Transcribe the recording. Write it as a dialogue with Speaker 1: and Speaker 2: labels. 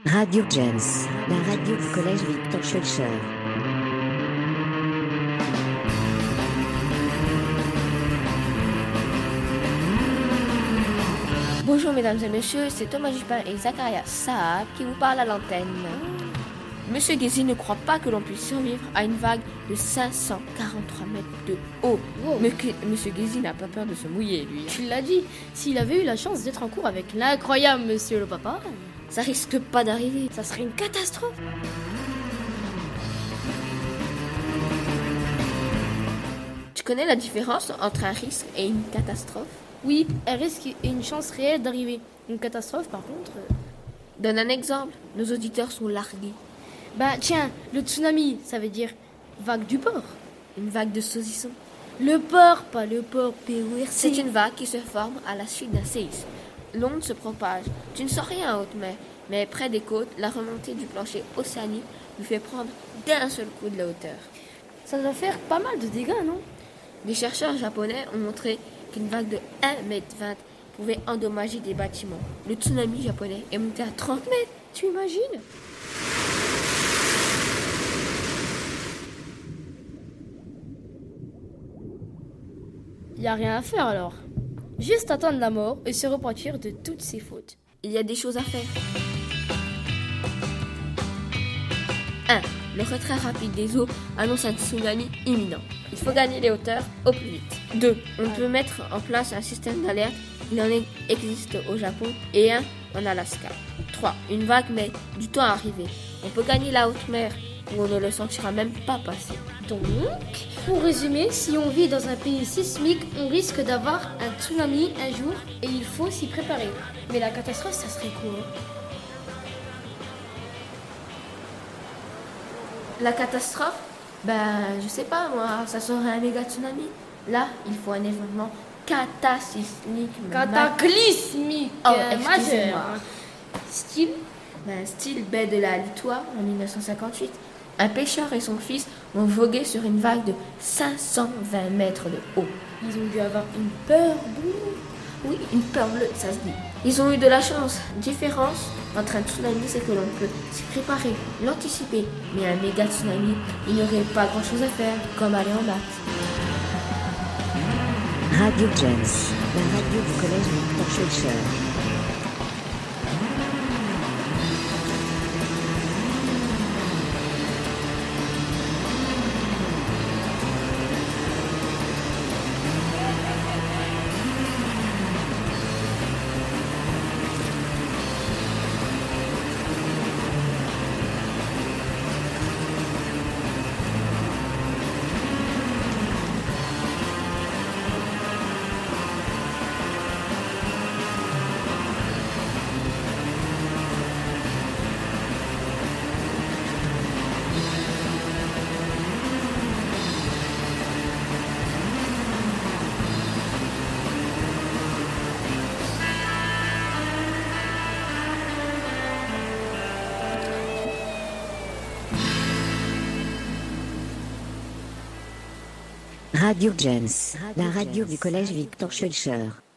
Speaker 1: Radio James, la radio du collège Victor Schœlcher.
Speaker 2: Bonjour mesdames et messieurs, c'est Thomas Jupin et Zakaria Saab qui vous parlent à l'antenne. Monsieur Guézi ne croit pas que l'on puisse survivre à une vague de 543 mètres de haut.
Speaker 3: Wow.
Speaker 2: Mais Monsieur Guézi n'a pas peur de se mouiller, lui.
Speaker 3: Tu l'as dit, s'il avait eu la chance d'être en cours avec l'incroyable monsieur le papa,
Speaker 2: Ça risque pas d'arriver.
Speaker 3: ça serait une catastrophe.
Speaker 2: Tu connais la différence entre un risque et une catastrophe?
Speaker 3: Oui, un risque et une chance réelle d'arriver. Une catastrophe, par contre...
Speaker 2: Donne un exemple. Nos auditeurs sont largués.
Speaker 3: Tiens, le tsunami, ça veut dire vague du port.
Speaker 2: Une vague de saucisson.
Speaker 3: Le port, pas le port, PORC.
Speaker 2: C'est une vague qui se forme à la suite d'un séisme. L'onde se propage. Tu ne sens rien en haute mer, mais près des côtes, la remontée du plancher océanique lui fait prendre d'un seul coup de la hauteur.
Speaker 3: Ça doit faire pas mal de dégâts, non?
Speaker 2: Les chercheurs japonais ont montré qu'une vague de 1,20 m pouvait endommager des bâtiments. Le tsunami japonais est monté à 30 mètres.
Speaker 3: Tu imagines? Y a rien à faire alors. Juste attendre la mort et se repentir de toutes ses fautes.
Speaker 2: Il y a des choses à faire. 1. Le retrait rapide des eaux annonce un tsunami imminent. Il faut gagner les hauteurs au plus vite. 2. On peut mettre en place un système d'alerte. Il en existe au Japon et un en Alaska. 3. Une vague met du temps à arriver. On peut gagner la haute mer où on ne le sentira même pas passer.
Speaker 3: Donc, pour résumer, si on vit dans un pays sismique, on risque d'avoir un tsunami un jour et il faut s'y préparer. Mais la catastrophe, ça serait quoi?
Speaker 2: La catastrophe, je sais pas moi, ça serait un méga tsunami. Là, il faut un événement cataclysmique.
Speaker 3: Cataclysmique
Speaker 2: excusez-moi.
Speaker 3: majeur. Style?
Speaker 2: Style baie de la Lituanie en 1958. Un pêcheur et son fils ont vogué sur une vague de 520 mètres de haut.
Speaker 3: Ils ont dû avoir une peur bleue.
Speaker 2: Oui, une peur bleue, ça se dit. Ils ont eu de la chance. Différence entre un tsunami, c'est que l'on peut s'y préparer, l'anticiper. Mais un méga tsunami, il n'y aurait pas grand chose à faire, comme aller en maths.
Speaker 1: Radio James, la radio du collège Victor Schœlcher. Radio James, la radio du collège Victor Schœlcher.